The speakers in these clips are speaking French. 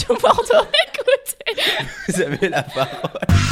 région Bordeaux. Écoutez. Vous avez la parole.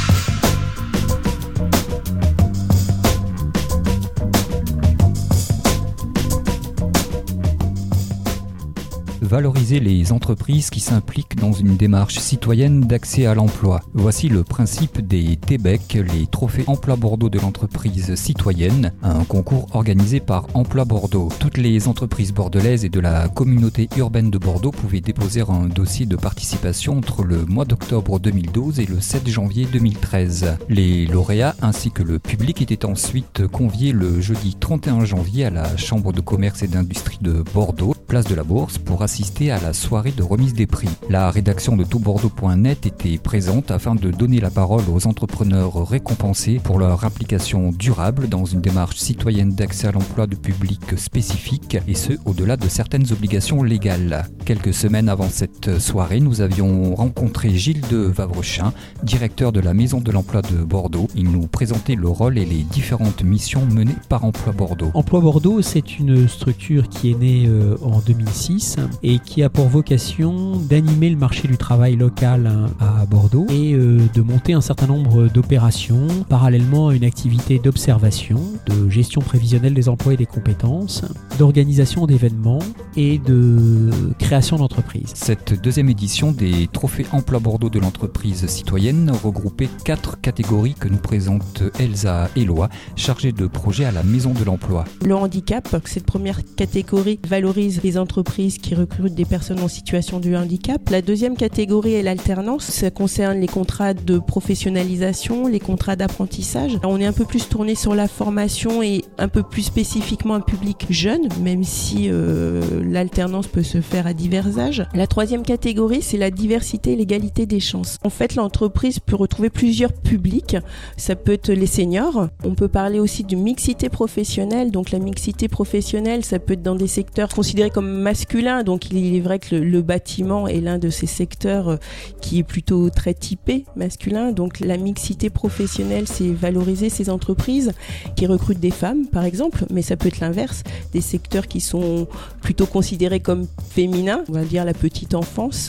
Valoriser les entreprises qui s'impliquent dans une démarche citoyenne d'accès à l'emploi. Voici le principe des TBEC, les Trophées Emploi Bordeaux de l'entreprise citoyenne, un concours organisé par Emploi Bordeaux. Toutes les entreprises bordelaises et de la communauté urbaine de Bordeaux pouvaient déposer un dossier de participation entre le mois d'octobre 2012 et le 7 janvier 2013. Les lauréats ainsi que le public étaient ensuite conviés le jeudi 31 janvier à la Chambre de commerce et d'industrie de Bordeaux, place de la Bourse, pour assister à la soirée de remise des prix. La rédaction de toutbordeaux.net était présente afin de donner la parole aux entrepreneurs récompensés pour leur implication durable dans une démarche citoyenne d'accès à l'emploi de publics spécifiques, et ce, au-delà de certaines obligations légales. Quelques semaines avant cette soirée, nous avions rencontré Gilles de Vavrechin, directeur de la Maison de l'Emploi de Bordeaux. Il nous présentait le rôle et les différentes missions menées par Emploi Bordeaux. Emploi Bordeaux, c'est une structure qui est née en 2006 et qui a pour vocation d'animer le marché du travail local à Bordeaux et de monter un certain nombre d'opérations parallèlement à une activité d'observation, de gestion prévisionnelle des emplois et des compétences, d'organisation d'événements et de création d'entreprises. Cette deuxième édition des Trophées Emploi Bordeaux de l'entreprise citoyenne regroupait 4 catégories que nous présente Elsa Eloi, chargée de projet à la Maison de l'Emploi. Le handicap, cette première catégorie valorise les entreprises qui recrutent des personnes en situation de handicap. La deuxième catégorie est l'alternance. Ça concerne les contrats de professionnalisation, les contrats d'apprentissage. On est un peu plus tourné sur la formation et un peu plus spécifiquement un public jeune, même si l'alternance peut se faire à divers âges. La troisième catégorie, c'est la diversité et l'égalité des chances. En fait, l'entreprise peut retrouver plusieurs publics. Ça peut être les seniors. On peut parler aussi de mixité professionnelle. Donc la mixité professionnelle, ça peut être dans des secteurs considérés comme masculins. Donc il est vrai que le bâtiment est l'un de ces secteurs qui est plutôt très typé masculin. Donc la mixité professionnelle, c'est valoriser ces entreprises qui recrutent des femmes, par exemple, mais ça peut être l'inverse, des secteurs qui sont plutôt considérés comme féminins, on va dire la petite enfance,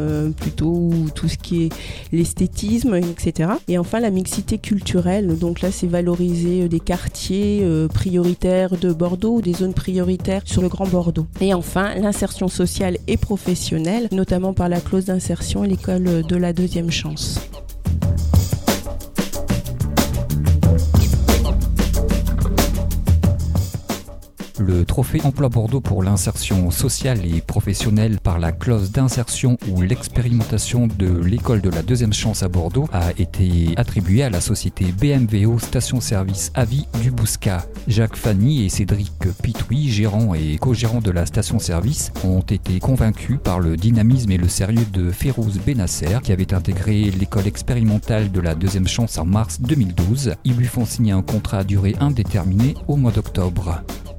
plutôt tout ce qui est l'esthétisme, etc. Et enfin la mixité culturelle, donc là c'est valoriser des quartiers prioritaires de Bordeaux, des zones prioritaires sur le Grand Bordeaux. Et enfin l'insertion sociale et professionnelle, notamment par la clause d'insertion et l'école de la deuxième chance. Le trophée Emploi Bordeaux pour l'insertion sociale et professionnelle par la clause d'insertion ou l'expérimentation de l'école de la deuxième chance à Bordeaux a été attribué à la société BMVO Station Service Avis du Bouscat. Jacques Fanny et Cédric Pitouy, gérants et co-gérants de la station service, ont été convaincus par le dynamisme et le sérieux de Férouz Benasser, qui avait intégré l'école expérimentale de la deuxième chance en mars 2012. Ils lui font signer un contrat à durée indéterminée au mois d'octobre.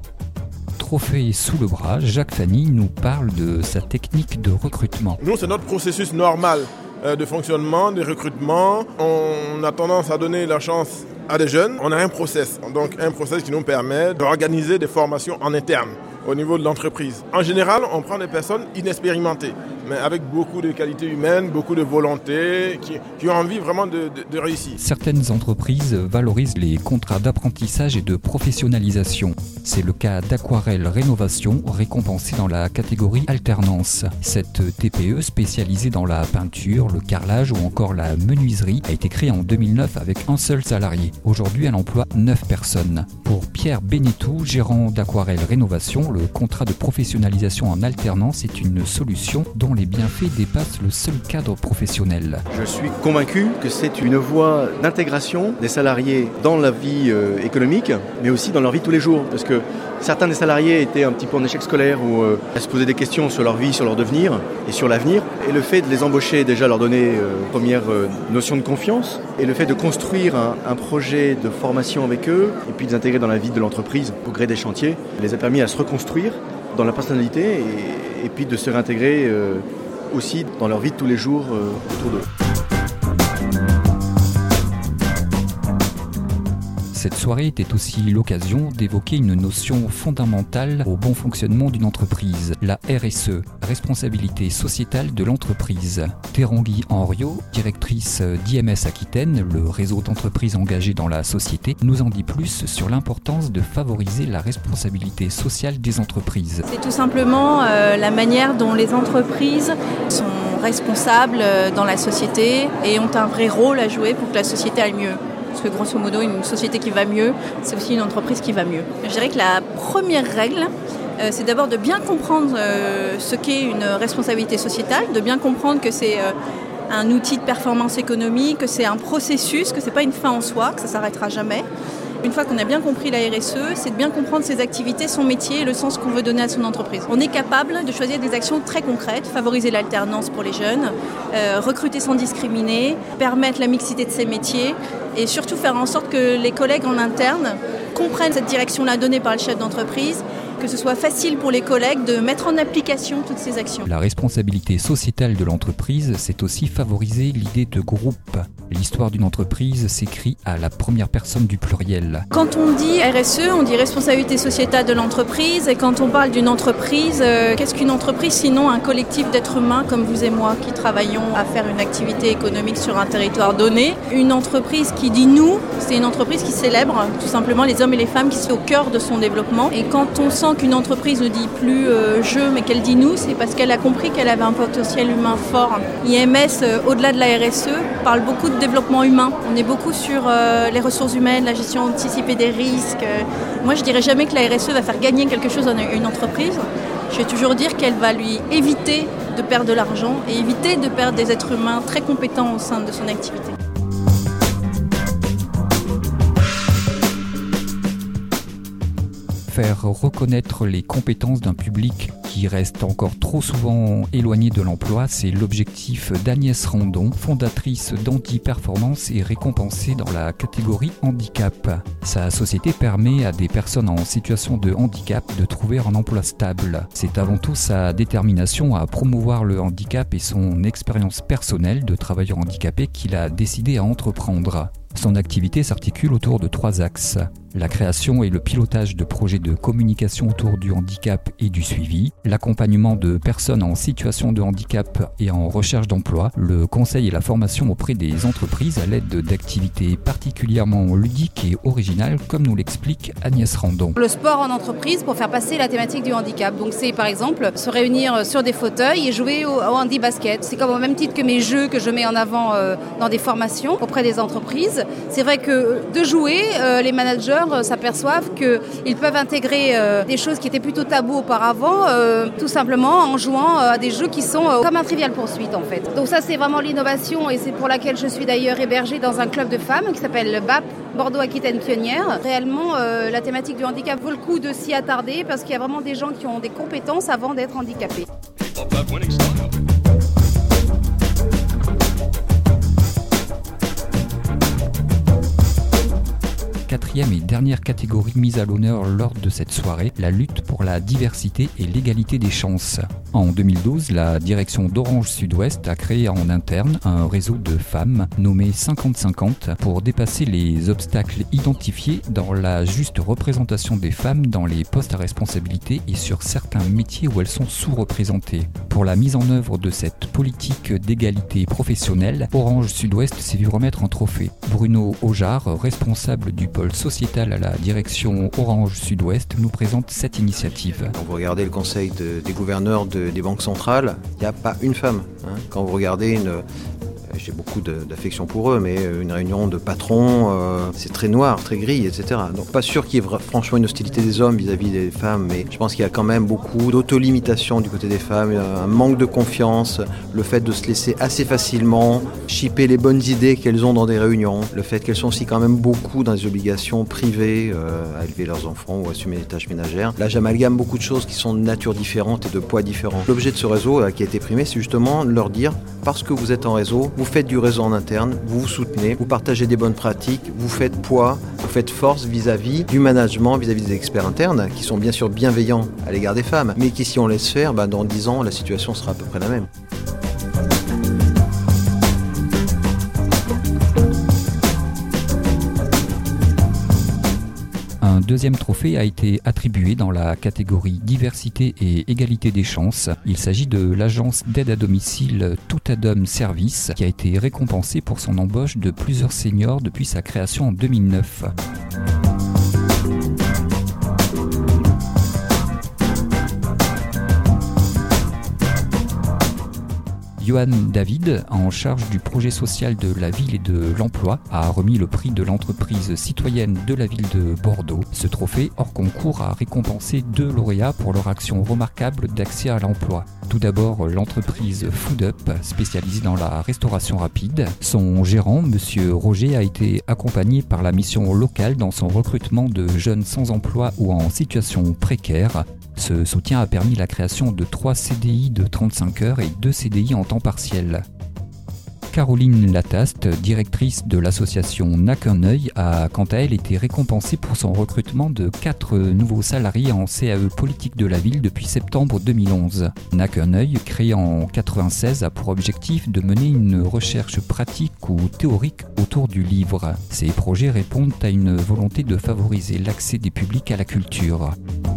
Trophée sous le bras, Jacques Fanny nous parle de sa technique de recrutement. Nous, c'est notre processus normal de fonctionnement, de recrutement. On a tendance à donner la chance à des jeunes. On a un process qui nous permet d'organiser des formations en interne au niveau de l'entreprise. En général, on prend des personnes inexpérimentées, mais avec beaucoup de qualités humaines, beaucoup de volonté, qui ont envie vraiment de réussir. Certaines entreprises valorisent les contrats d'apprentissage et de professionnalisation. C'est le cas d'Aquarelle Rénovation, récompensée dans la catégorie alternance. Cette TPE, spécialisée dans la peinture, le carrelage ou encore la menuiserie, a été créée en 2009 avec un seul salarié. Aujourd'hui, elle emploie 9 personnes. Pour Pierre Benetou, gérant d'Aquarelle Rénovation, le contrat de professionnalisation en alternance est une solution dont les bienfaits dépassent le seul cadre professionnel. Je suis convaincu que c'est une voie d'intégration des salariés dans la vie économique, mais aussi dans leur vie de tous les jours. Parce que certains des salariés étaient un petit peu en échec scolaire ou à se poser des questions sur leur vie, sur leur devenir et sur l'avenir. Et le fait de les embaucher, déjà leur donner première notion de confiance, et le fait de construire un projet de formation avec eux, et puis de les intégrer dans la vie de l'entreprise au gré des chantiers, les a permis à se reconstruire dans la personnalité et puis de se réintégrer aussi dans leur vie de tous les jours autour d'eux. Cette soirée était aussi l'occasion d'évoquer une notion fondamentale au bon fonctionnement d'une entreprise, la RSE, responsabilité sociétale de l'entreprise. Terangui Henriot, directrice d'IMS Aquitaine, le réseau d'entreprises engagées dans la société, nous en dit plus sur l'importance de favoriser la responsabilité sociale des entreprises. C'est tout simplement la manière dont les entreprises sont responsables dans la société et ont un vrai rôle à jouer pour que la société aille mieux. Parce que grosso modo, une société qui va mieux, c'est aussi une entreprise qui va mieux. Je dirais que la première règle, c'est d'abord de bien comprendre ce qu'est une responsabilité sociétale, de bien comprendre que c'est un outil de performance économique, que c'est un processus, que c'est pas une fin en soi, que ça s'arrêtera jamais. Une fois qu'on a bien compris la RSE, c'est de bien comprendre ses activités, son métier et le sens qu'on veut donner à son entreprise. On est capable de choisir des actions très concrètes, favoriser l'alternance pour les jeunes, recruter sans discriminer, permettre la mixité de ses métiers et surtout faire en sorte que les collègues en interne comprennent cette direction-là donnée par le chef d'entreprise, que ce soit facile pour les collègues de mettre en application toutes ces actions. La responsabilité sociétale de l'entreprise, c'est aussi favoriser l'idée de groupe. L'histoire d'une entreprise s'écrit à la première personne du pluriel. Quand on dit RSE, on dit responsabilité sociétale de l'entreprise. Et quand on parle d'une entreprise, qu'est-ce qu'une entreprise sinon un collectif d'êtres humains comme vous et moi qui travaillons à faire une activité économique sur un territoire donné. Une entreprise qui dit nous, c'est une entreprise qui célèbre tout simplement les hommes et les femmes qui sont au cœur de son développement. Et quand on sent qu'une entreprise ne dit plus je, mais qu'elle dit nous, c'est parce qu'elle a compris qu'elle avait un potentiel humain fort. IMS, au-delà de la RSE, parle beaucoup de développement humain. On est beaucoup sur les ressources humaines, la gestion anticipée des risques. Moi, je dirais jamais que la RSE va faire gagner quelque chose à une entreprise. Je vais toujours dire qu'elle va lui éviter de perdre de l'argent et éviter de perdre des êtres humains très compétents au sein de son activité. Faire reconnaître les compétences d'un public qui reste encore trop souvent éloigné de l'emploi, c'est l'objectif d'Agnès Randon, fondatrice d'Anti-Performance et récompensée dans la catégorie handicap. Sa société permet à des personnes en situation de handicap de trouver un emploi stable. C'est avant tout sa détermination à promouvoir le handicap et son expérience personnelle de travailleur handicapé qu'il a décidé à entreprendre. Son activité s'articule autour de 3 axes. La création et le pilotage de projets de communication autour du handicap et du suivi, l'accompagnement de personnes en situation de handicap et en recherche d'emploi, le conseil et la formation auprès des entreprises à l'aide d'activités particulièrement ludiques et originales, comme nous l'explique Agnès Randon. Le sport en entreprise pour faire passer la thématique du handicap. Donc c'est par exemple se réunir sur des fauteuils et jouer au handi basket. C'est comme au même titre que mes jeux que je mets en avant dans des formations auprès des entreprises. C'est vrai que de jouer, les managers s'aperçoivent qu'ils peuvent intégrer des choses qui étaient plutôt tabous auparavant, tout simplement en jouant à des jeux qui sont comme un Trivial Pursuit en fait. Donc ça c'est vraiment l'innovation et c'est pour laquelle je suis d'ailleurs hébergée dans un club de femmes qui s'appelle le BAP, Bordeaux Aquitaine Pionnière. Réellement, la thématique du handicap vaut le coup de s'y attarder parce qu'il y a vraiment des gens qui ont des compétences avant d'être handicapés. Quatrième et dernière catégorie mise à l'honneur lors de cette soirée, la lutte pour la diversité et l'égalité des chances. En 2012, la direction d'Orange Sud-Ouest a créé en interne un réseau de femmes nommé 50-50 pour dépasser les obstacles identifiés dans la juste représentation des femmes dans les postes à responsabilité et sur certains métiers où elles sont sous-représentées. Pour la mise en œuvre de cette politique d'égalité professionnelle, Orange Sud-Ouest s'est vu remettre un trophée. Bruno Aujar, responsable du pôle sociétal à la direction Orange Sud-Ouest, nous présente cette initiative. Quand vous regardez le conseil des gouverneurs des banques centrales, il n'y a pas une femme. Quand vous regardez j'ai beaucoup d'affection pour eux, mais une réunion de patrons, c'est très noir, très gris, etc. Donc pas sûr qu'il y ait franchement une hostilité des hommes vis-à-vis des femmes, mais je pense qu'il y a quand même beaucoup d'autolimitation du côté des femmes, un manque de confiance, le fait de se laisser assez facilement shipper les bonnes idées qu'elles ont dans des réunions, le fait qu'elles sont aussi quand même beaucoup dans des obligations privées, à élever leurs enfants ou assumer les tâches ménagères. Là, j'amalgame beaucoup de choses qui sont de nature différente et de poids différents. L'objet de ce réseau qui a été primé, c'est justement de leur dire, parce que vous êtes en réseau, vous faites du réseau en interne, vous vous soutenez, vous partagez des bonnes pratiques, vous faites poids, vous faites force vis-à-vis du management, vis-à-vis des experts internes, qui sont bien sûr bienveillants à l'égard des femmes, mais qui si on laisse faire, dans 10 ans, la situation sera à peu près la même. deuxième trophée a été attribué dans la catégorie diversité et égalité des chances. Il s'agit de l'agence d'aide à domicile Toutadom Service qui a été récompensée pour son embauche de plusieurs seniors depuis sa création en 2009. Johan David, en charge du projet social de la ville et de l'emploi, a remis le prix de l'entreprise citoyenne de la ville de Bordeaux. Ce trophée, hors concours, a récompensé 2 lauréats pour leur action remarquable d'accès à l'emploi. Tout d'abord, l'entreprise Food Up, spécialisée dans la restauration rapide. Son gérant, M. Roger, a été accompagné par la mission locale dans son recrutement de jeunes sans emploi ou en situation précaire. Ce soutien a permis la création de 3 CDI de 35 heures et 2 CDI en temps partiel. Caroline Lataste, directrice de l'association N'a qu'un œil, a quant à elle été récompensée pour son recrutement de 4 nouveaux salariés en CAE politique de la ville depuis septembre 2011. N'a qu'un œil, créé en 1996, a pour objectif de mener une recherche pratique ou théorique autour du livre. Ces projets répondent à une volonté de favoriser l'accès des publics à la culture.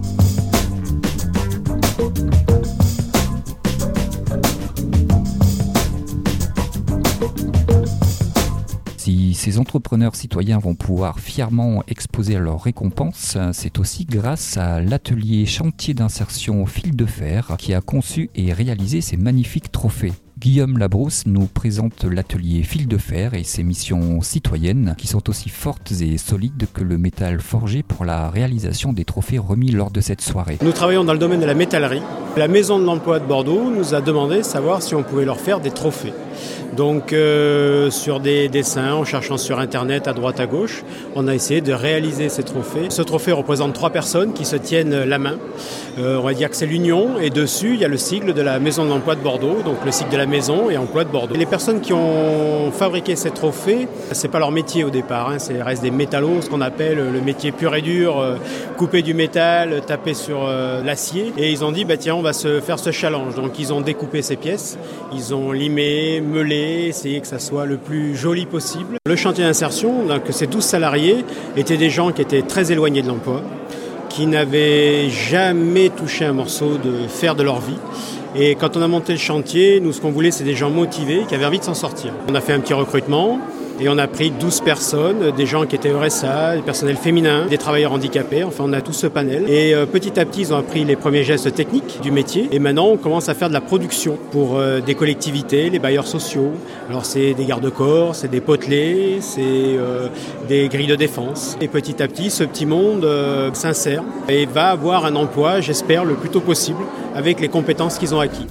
Si ces entrepreneurs citoyens vont pouvoir fièrement exposer leurs récompenses, c'est aussi grâce à l'atelier chantier d'insertion Fil de Fer qui a conçu et réalisé ces magnifiques trophées. Guillaume Labrousse nous présente l'atelier Fil de Fer et ses missions citoyennes qui sont aussi fortes et solides que le métal forgé pour la réalisation des trophées remis lors de cette soirée. Nous travaillons dans le domaine de la métallerie. La Maison de l'Emploi de Bordeaux nous a demandé de savoir si on pouvait leur faire des trophées. Donc sur des dessins, en cherchant sur internet à droite à gauche, on a essayé de réaliser ces trophées. Ce trophée représente 3 personnes qui se tiennent la main. On va dire que c'est l'union et dessus il y a le sigle de la Maison de l'Emploi de Bordeaux, donc le sigle de la Maison et Emploi de Bordeaux. Les personnes qui ont fabriqué ces trophées, c'est pas leur métier au départ, c'est reste des métallos, ce qu'on appelle le métier pur et dur, couper du métal, taper sur l'acier. Et ils ont dit tiens, on va se faire ce challenge. Donc ils ont découpé ces pièces, ils ont limé, meulé, essayé que ça soit le plus joli possible. Le chantier d'insertion, donc ces 12 salariés étaient des gens qui étaient très éloignés de l'emploi, qui n'avaient jamais touché un morceau de fer de leur vie. Et quand on a monté le chantier, nous ce qu'on voulait c'est des gens motivés qui avaient envie de s'en sortir. On a fait un petit recrutement et on a pris 12 personnes, des gens qui étaient RSA, des personnels féminins, des travailleurs handicapés, enfin on a tout ce panel. Et petit à petit ils ont appris les premiers gestes techniques du métier et maintenant on commence à faire de la production pour des collectivités, les bailleurs sociaux. Alors c'est des garde-corps, c'est des potelets, c'est des grilles de défense. Et petit à petit ce petit monde s'insère et va avoir un emploi, j'espère, le plus tôt possible avec les compétences qu'ils ont acquis.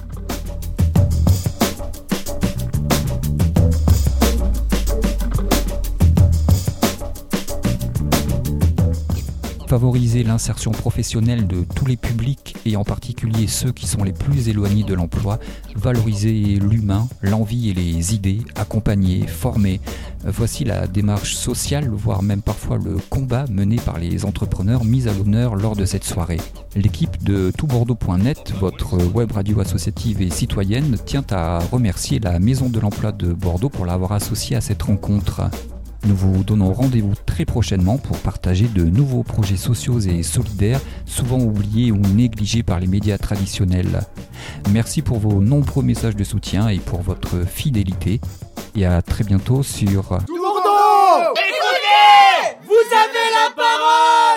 Favoriser l'insertion professionnelle de tous les publics et en particulier ceux qui sont les plus éloignés de l'emploi, valoriser l'humain, l'envie et les idées, accompagner, former. Voici la démarche sociale, voire même parfois le combat mené par les entrepreneurs mis à l'honneur lors de cette soirée. L'équipe de toutbordeaux.net, votre web radio associative et citoyenne, tient à remercier la Maison de l'Emploi de Bordeaux pour l'avoir associée à cette rencontre. Nous vous donnons rendez-vous très prochainement pour partager de nouveaux projets sociaux et solidaires, souvent oubliés ou négligés par les médias traditionnels. Merci pour vos nombreux messages de soutien et pour votre fidélité. Et à très bientôt sur... Tout Bordeaux, écoutez, vous avez la parole!